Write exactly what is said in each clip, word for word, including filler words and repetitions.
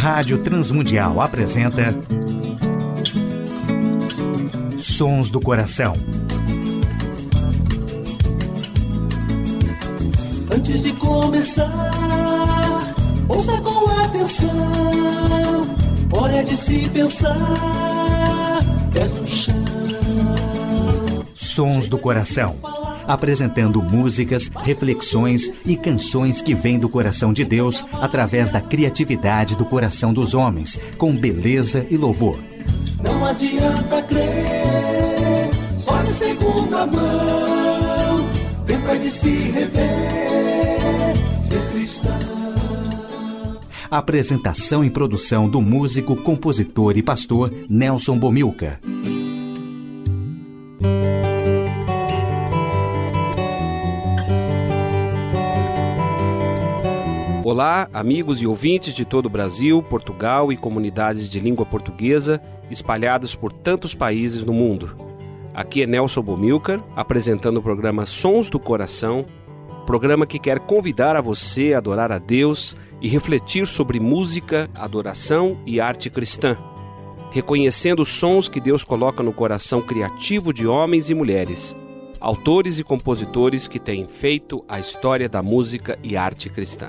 Rádio Transmundial apresenta Sons do Coração. Antes de começar, ouça com atenção. Hora de se pensar, pés no chão. Sons do Coração. Apresentando músicas, reflexões e canções que vêm do coração de Deus através da criatividade do coração dos homens, com beleza e louvor. Não adianta crer, só de segunda mão. Tempo é de se rever, ser cristão. Apresentação e produção do músico, compositor e pastor Nelson Bomilcar. Olá, amigos e ouvintes de todo o Brasil, Portugal e comunidades de língua portuguesa espalhados por tantos países no mundo. Aqui é Nelson Bomilcar, apresentando o programa Sons do Coração, programa que quer convidar a você a adorar a Deus e refletir sobre música, adoração e arte cristã, reconhecendo os sons que Deus coloca no coração criativo de homens e mulheres, autores e compositores que têm feito a história da música e arte cristã.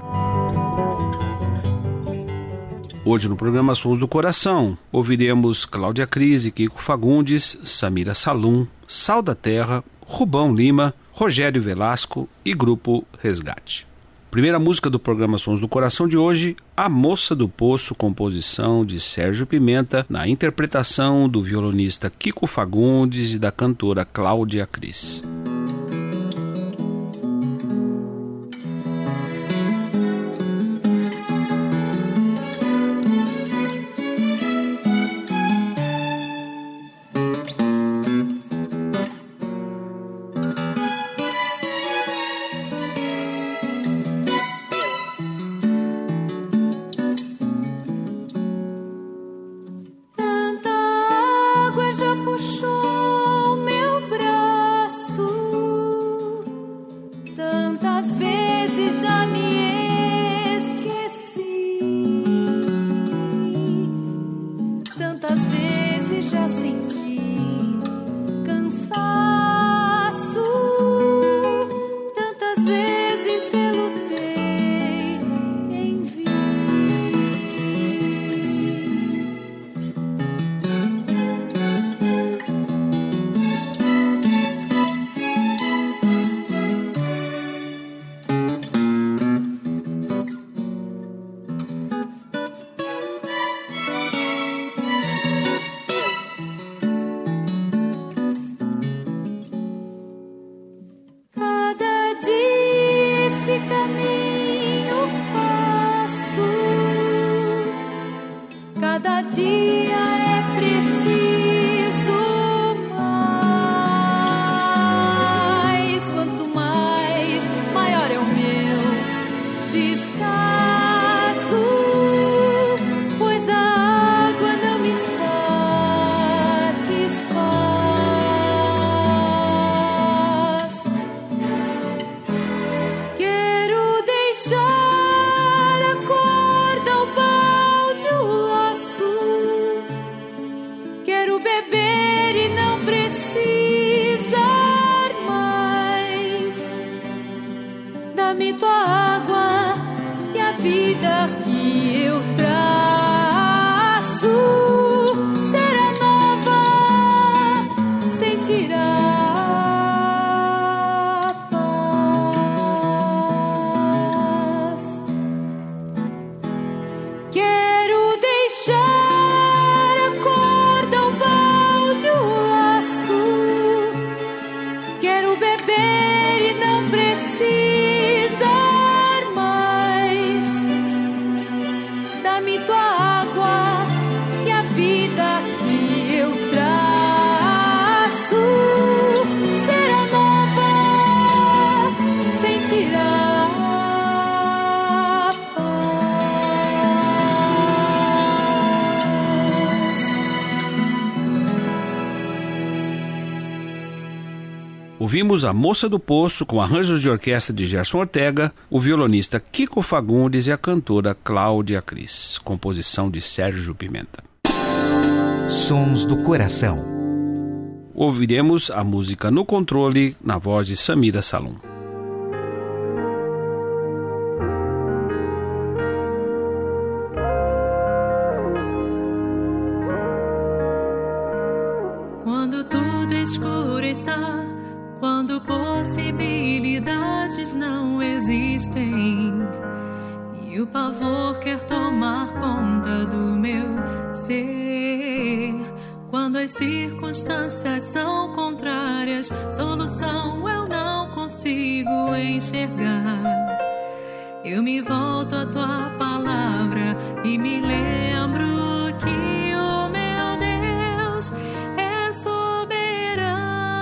Hoje no programa Sons do Coração, ouviremos Cláudia Crise, Kiko Fagundes, Samira Salum, Sal da Terra, Rubão Lima, Rogério Velasco e Grupo Resgate. Primeira música do programa Sons do Coração de hoje, A Moça do Poço, composição de Sérgio Pimenta, na interpretação do violonista Kiko Fagundes e da cantora Cláudia Crise. Puxou meu braço, tantas vezes já me esqueci, tantas vezes já senti cansaço, tantas vezes relutei em vir. Caminho faço, cada dia é preciso mais. Quanto mais, maior é o meu descaso, pois a água não me satisfaz. Quero deixar a corda, o balde, o laço, Ouvimos A Moça do Poço, com arranjos de orquestra de Gerson Ortega, o violonista Kiko Fagundes e a cantora Cláudia Cris. Composição de Sérgio Pimenta. Sons do Coração. Ouviremos a música No Controle, na voz de Samira Salum. Quando tudo escuro está, quando possibilidades não existem e o pavor quer tomar conta do meu ser, quando as circunstâncias são contrárias, solução eu não consigo enxergar, eu me volto à tua palavra e me lembro que o meu Deus é soberano,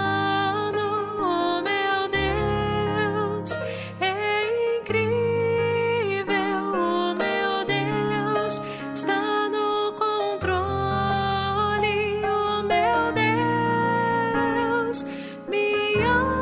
o meu Deus é incrível, o meu Deus está no controle, o meu Deus me ama.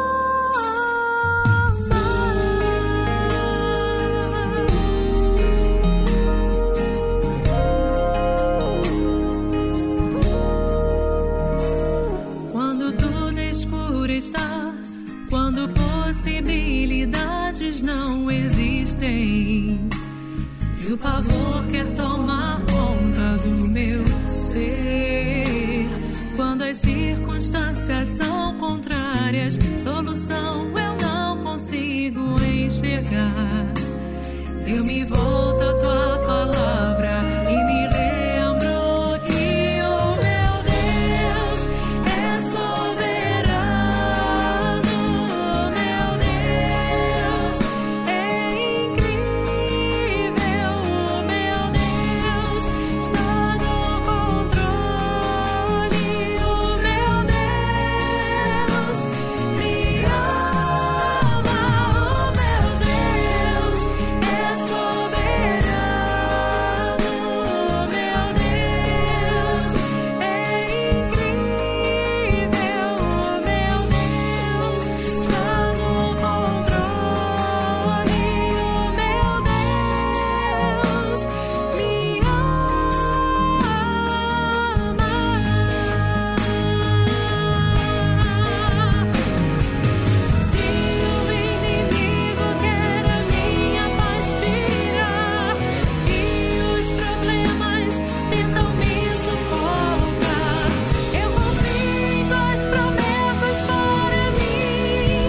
Quando tudo escuro está, quando possibilidades não existem e o pavor quer tomar conta do meu ser, quando as circunstâncias são contrárias, solução eu não consigo enxergar, eu me volto à tua palavra e me lembro que o meu Deus é soberano, o meu Deus é incrível, o meu Deus está no controle, o meu Deus me ama, o meu Deus é soberano, o meu Deus é incrível, o meu Deus está no controle, o meu Deus me ama. Se o inimigo quer a minha paz tirar e os problemas tentam me sufocar, eu confio em tuas promessas para mim,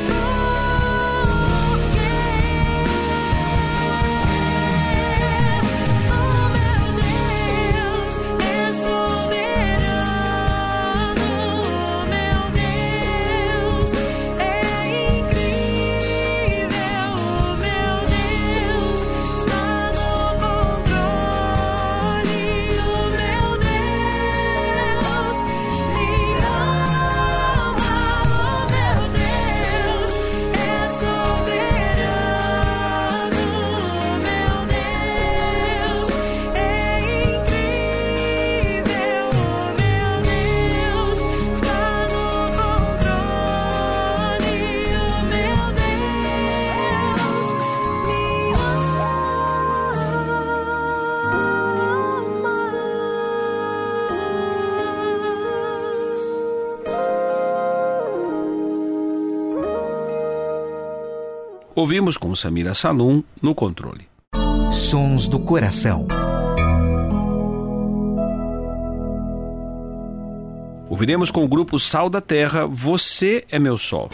porque o meu Deus é soberano, o meu Deus é incrível, o meu Deus está no controle, o meu Deus me ama, o meu Deus é soberano, o meu Deus é incrível, o meu Deus está no controle, o meu Deus me Ouvimos com Samira Salum, No Controle. Sons do Coração. Ouviremos com o grupo Sal da Terra, Você é Meu Sol.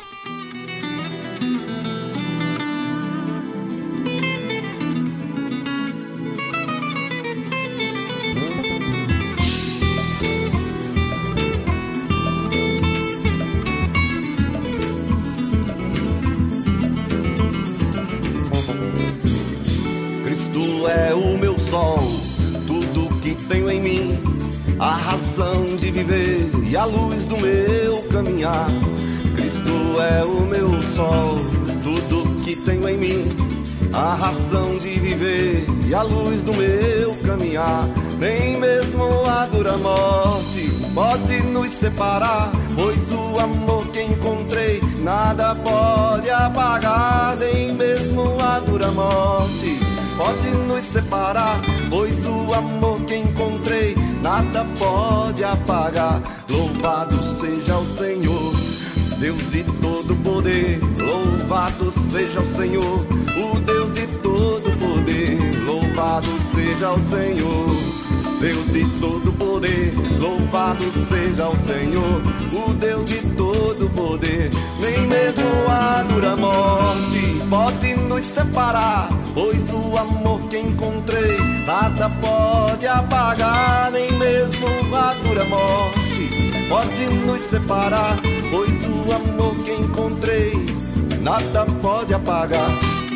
Cristo é o meu sol, tudo que tenho em mim, a razão de viver e a luz do meu caminhar. Cristo é o meu sol, tudo que tenho em mim, a razão de viver e a luz do meu caminhar. Nem mesmo a dura morte pode nos separar, pois o amor que encontrei nada pode apagar, nem mesmo a dura morte pode nos separar, pois o amor que encontrei nada pode apagar. Louvado seja o Senhor, Deus de todo poder. Louvado seja o Senhor, o Deus de todo poder. Louvado seja o Senhor, Deus de todo poder. Louvado seja o Senhor, o Deus de todo poder. Nem mesmo a dura morte pode nos separar, pois o amor que encontrei nada pode apagar. Nem mesmo a dura morte pode nos separar, pois o amor que encontrei nada pode apagar.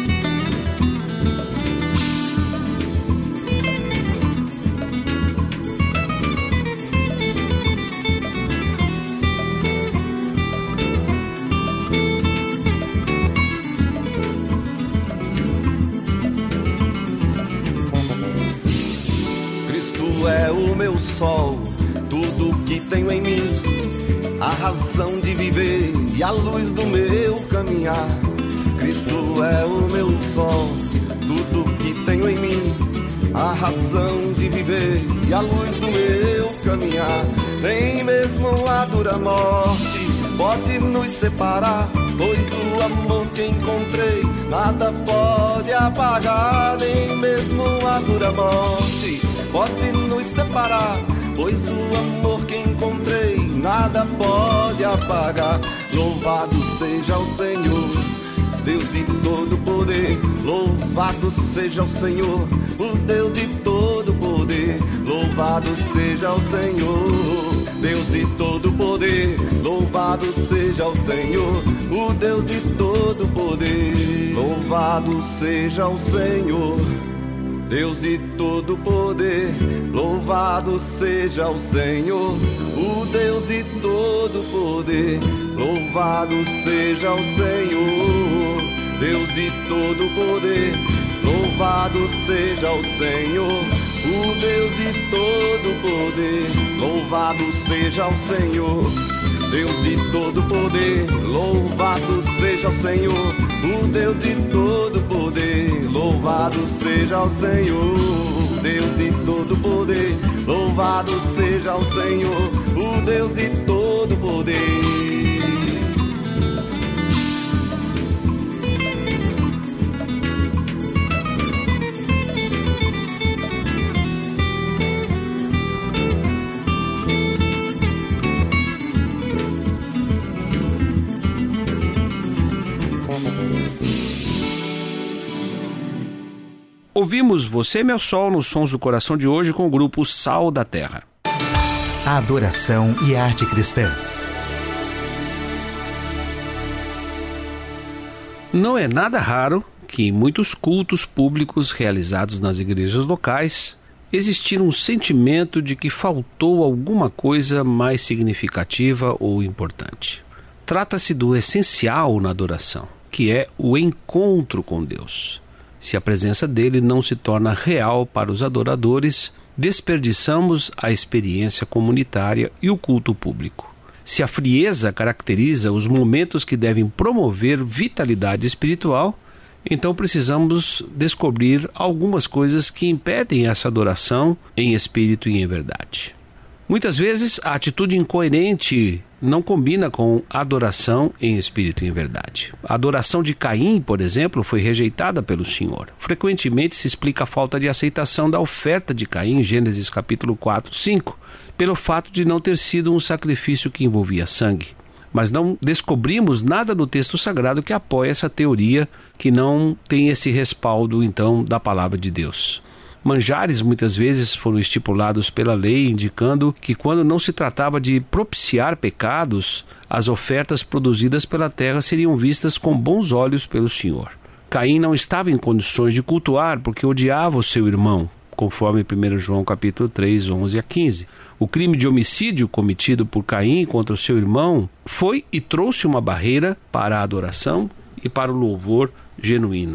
Cristo é o meu sol, tudo que tenho em mim, a razão de viver e a luz do meu caminhar. Cristo é o meu sol, tudo que tenho em mim, a razão de viver e a luz do meu caminhar. Nem mesmo a dura morte pode nos separar, pois o amor que encontrei nada pode apagar. Nem mesmo a dura morte pode nos separar, pois o amor que encontrei nada pode apagar. Louvado seja o Senhor, Deus de todo poder. Louvado seja o Senhor, o Deus de todo poder. Louvado seja o Senhor, Deus de todo poder. Louvado seja o Senhor, o Deus de todo poder. Louvado seja o Senhor, Deus de todo poder. Louvado seja o Senhor, o Deus de todo poder. Louvado seja o Senhor, Deus de todo poder. Louvado seja o Senhor, o Deus de todo poder. Louvado seja o Senhor, Deus de todo poder. Louvado seja o Senhor, o Deus de todo poder. Louvado seja o Senhor, Deus de todo poder. Louvado seja o Senhor, o Deus de todo poder. Ouvimos Você, Meu Sol, nos Sons do Coração de hoje com o grupo Sal da Terra. A adoração e a arte cristã. Não é nada raro que em muitos cultos públicos realizados nas igrejas locais existir um sentimento de que faltou alguma coisa mais significativa ou importante. Trata-se do essencial na adoração, que é o encontro com Deus. Se a presença dele não se torna real para os adoradores, desperdiçamos a experiência comunitária e o culto público. Se a frieza caracteriza os momentos que devem promover vitalidade espiritual, então precisamos descobrir algumas coisas que impedem essa adoração em espírito e em verdade. Muitas vezes a atitude incoerente não combina com adoração em espírito e em verdade. A adoração de Caim, por exemplo, foi rejeitada pelo Senhor. Frequentemente se explica a falta de aceitação da oferta de Caim, em Gênesis capítulo quatro, cinco, pelo fato de não ter sido um sacrifício que envolvia sangue. Mas não descobrimos nada no texto sagrado que apoie essa teoria, que não tem esse respaldo, então, da palavra de Deus. Manjares muitas vezes foram estipulados pela lei, indicando que quando não se tratava de propiciar pecados, as ofertas produzidas pela terra seriam vistas com bons olhos pelo Senhor. Caim não estava em condições de cultuar porque odiava o seu irmão, conforme primeiro João capítulo três, onze a quinze. O crime de homicídio cometido por Caim contra o seu irmão foi e trouxe uma barreira para a adoração e para o louvor genuíno.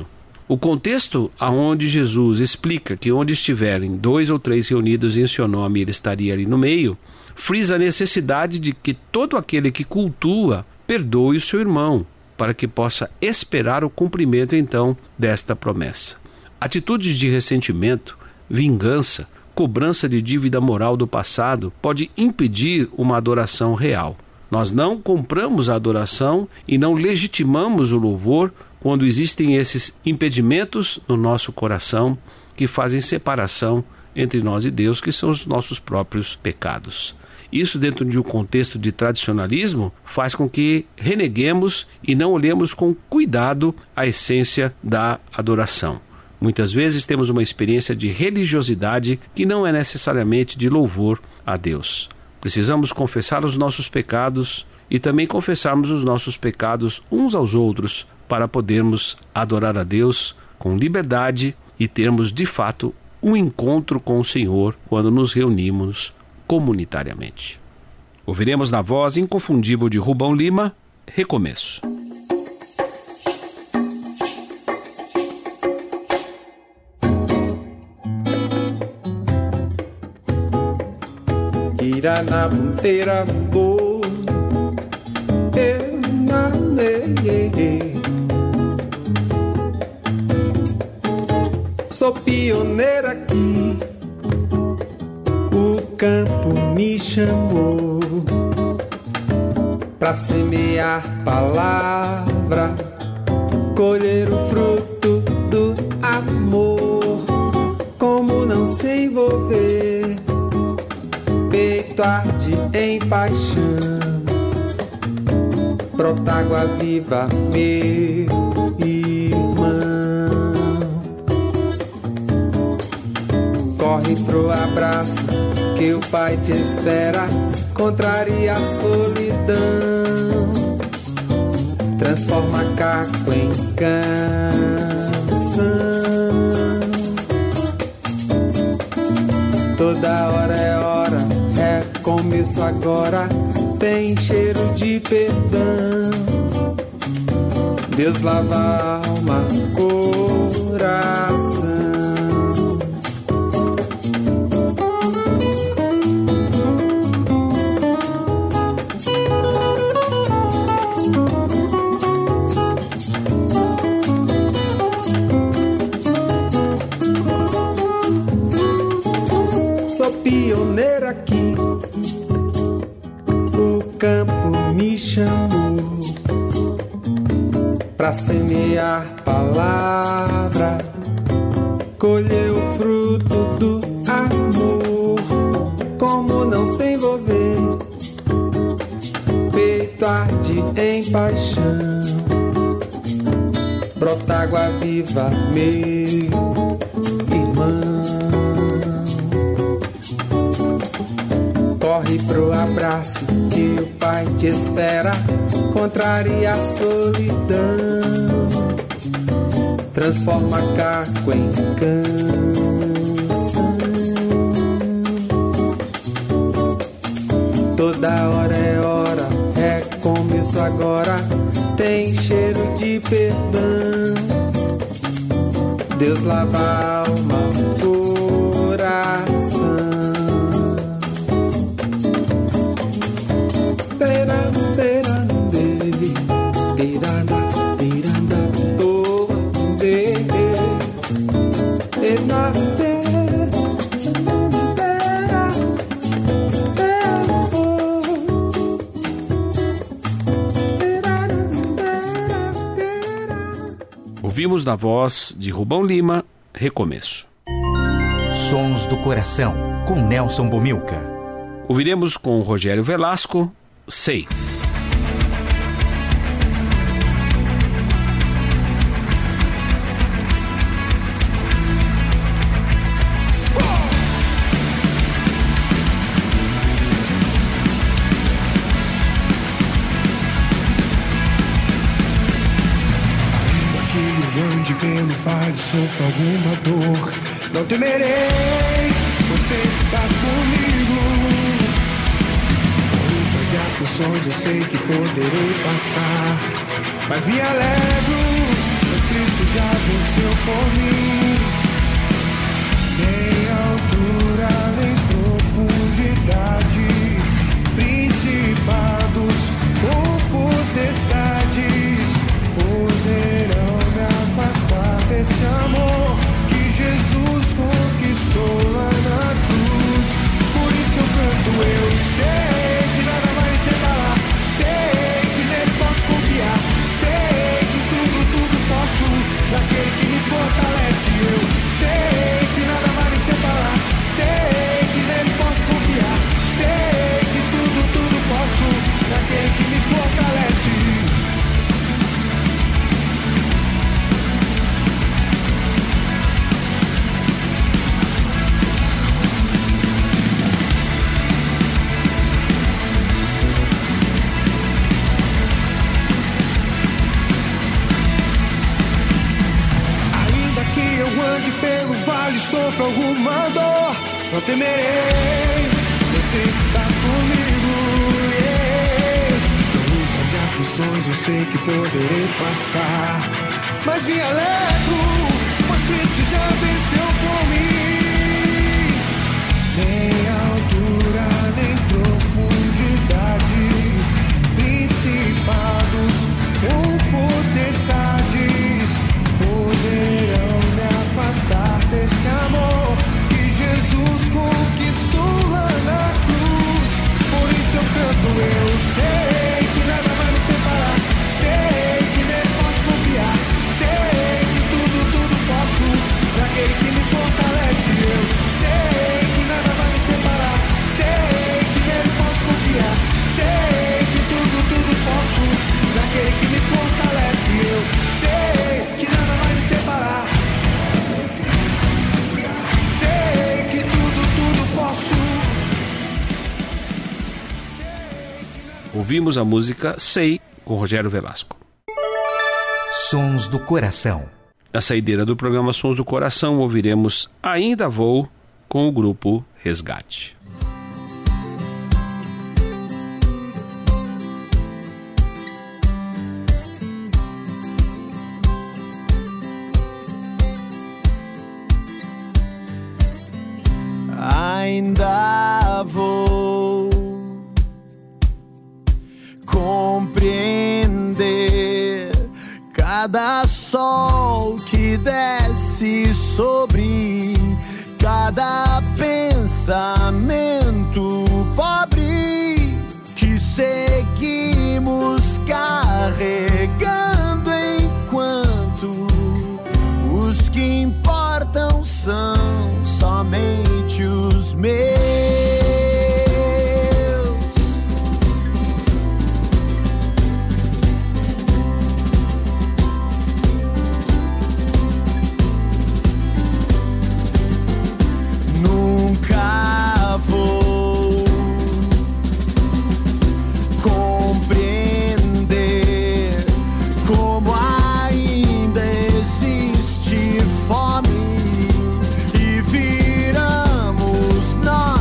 O contexto aonde Jesus explica que onde estiverem dois ou três reunidos em seu nome, ele estaria ali no meio, frisa a necessidade de que todo aquele que cultua perdoe o seu irmão, para que possa esperar o cumprimento então desta promessa. Atitudes de ressentimento, vingança, cobrança de dívida moral do passado pode impedir uma adoração real. Nós não compramos a adoração e não legitimamos o louvor quando existem esses impedimentos no nosso coração que fazem separação entre nós e Deus, que são os nossos próprios pecados. Isso, dentro de um contexto de tradicionalismo, faz com que reneguemos e não olhemos com cuidado a essência da adoração. Muitas vezes temos uma experiência de religiosidade que não é necessariamente de louvor a Deus. Precisamos confessar os nossos pecados e também confessarmos os nossos pecados uns aos outros para podermos adorar a Deus com liberdade e termos de fato um encontro com o Senhor quando nos reunimos comunitariamente. Ouviremos na voz inconfundível de Rubão Lima, Recomeço. Ira na ponteira mudou, eu nanei. Sou pioneira aqui, o campo me chamou pra semear palavra, colher o fruto do amor. Como não se envolver, peito arde em paixão, brota água viva, meu irmão. Corre pro abraço que o Pai te espera, contraria a solidão, transforma caco em canção. Toda hora é hora, é começo agora, tem cheiro de perdão. Deus lava a alma, coração. Pioneira aqui, o campo me chamou pra semear palavra, colher o fruto do amor. Como não se envolver, peito arde em paixão, brota água viva, meu irmão. Corre pro abraço que o Pai te espera, contraria a solidão, transforma caco em canção. Toda hora é hora, é começo agora, tem cheiro de perdão. Deus lava a alma, coração. Ouvimos na voz de Rubão Lima, Recomeço. Sons do Coração, com Nelson Bomilca. Ouviremos com Rogério Velasco, Sei. Pelo vale sofro alguma dor, não temerei, você que estás comigo. Lutas e aflições eu sei que poderei passar, mas me alegro, pois Cristo já venceu por mim. Nem altura, nem profundidade, principados ou potestades poderão me afastar desse amor que Jesus conquistou lá na cruz. Por isso eu canto, eu sei que nada vai me separar, sei que nele posso confiar, sei que tudo, tudo posso naquele que me fortalece. Eu sei que nada vai me separar, sei que nele posso confiar, sei que tudo, tudo posso naquele que me fortalece. Pelo vale sofro alguma dor, não temerei, eu sei que estás comigo, yeah. Lutas e aflições eu sei que poderei passar, mas me alegro, pois Cristo já venceu por mim. Nem altura, nem profundidade, principados ou potestades poderão me afastar desse amor que Jesus conquistou lá na cruz. Por isso eu canto, eu sei que nada vai me separar, sei que nele posso confiar, sei que tudo, tudo posso naquele que me fortalece. Eu sei que nada vai me separar, sei que nele posso confiar, sei que tudo, tudo posso naquele que me fortalece. Eu sei que nada vai me separar, sei que tudo, tudo posso. Ouvimos a música Sei, com Rogério Velasco. Sons do Coração. Na saideira do programa Sons do Coração, ouviremos Ainda Vou, com o grupo Resgate. Ainda vou compreender cada sol que desce sobre cada pensamento pobre que seguimos carregando, enquanto os que importam são somente os meus. Nunca vou compreender como ainda existe fome e viramos nós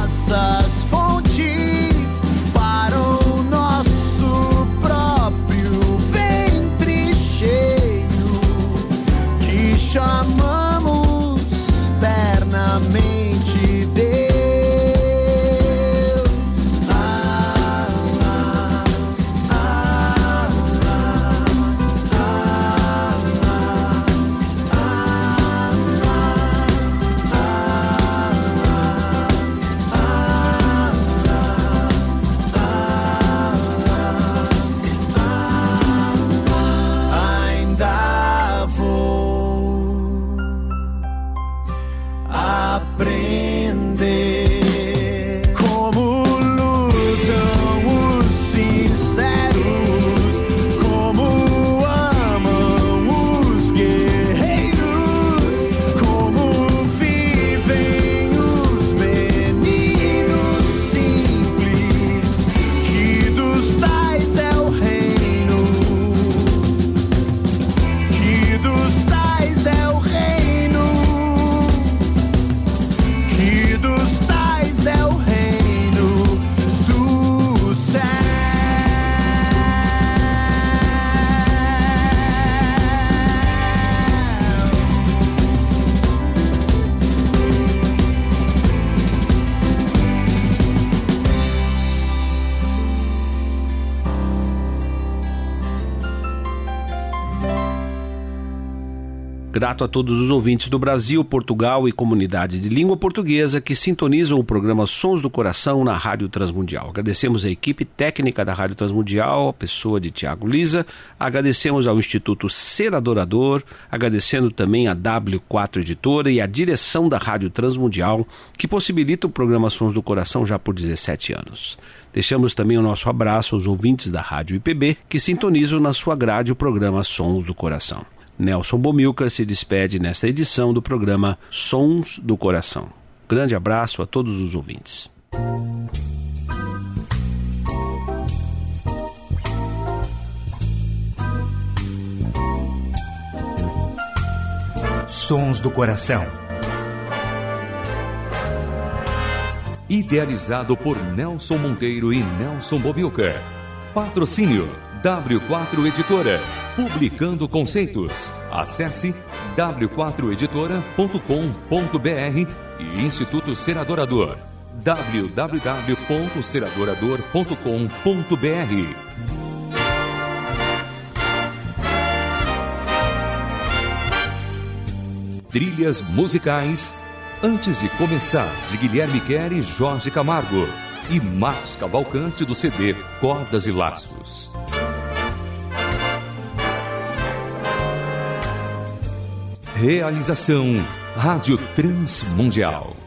Grato a todos os ouvintes do Brasil, Portugal e comunidade de língua portuguesa que sintonizam o programa Sons do Coração na Rádio Transmundial. Agradecemos a equipe técnica da Rádio Transmundial, a pessoa de Tiago Lisa, agradecemos ao Instituto Ser Adorador, agradecendo também a W quatro Editora e a direção da Rádio Transmundial, que possibilita o programa Sons do Coração já por dezessete anos. Deixamos também o nosso abraço aos ouvintes da Rádio I P B, que sintonizam na sua grade o programa Sons do Coração. Nelson Bomilcar se despede nesta edição do programa Sons do Coração. Grande abraço a todos os ouvintes. Sons do Coração. Idealizado por Nelson Monteiro e Nelson Bomilcar. Patrocínio W quatro Editora, publicando conceitos. Acesse w quatro editora ponto com ponto b r e Instituto Ser Adorador, w w w ponto ser adorador ponto com ponto b r. Trilhas musicais Antes de Começar, de Guilherme Quer e Jorge Camargo, e Marcos Cavalcante do C D Cordas e Laços. Realização Rádio Transmundial.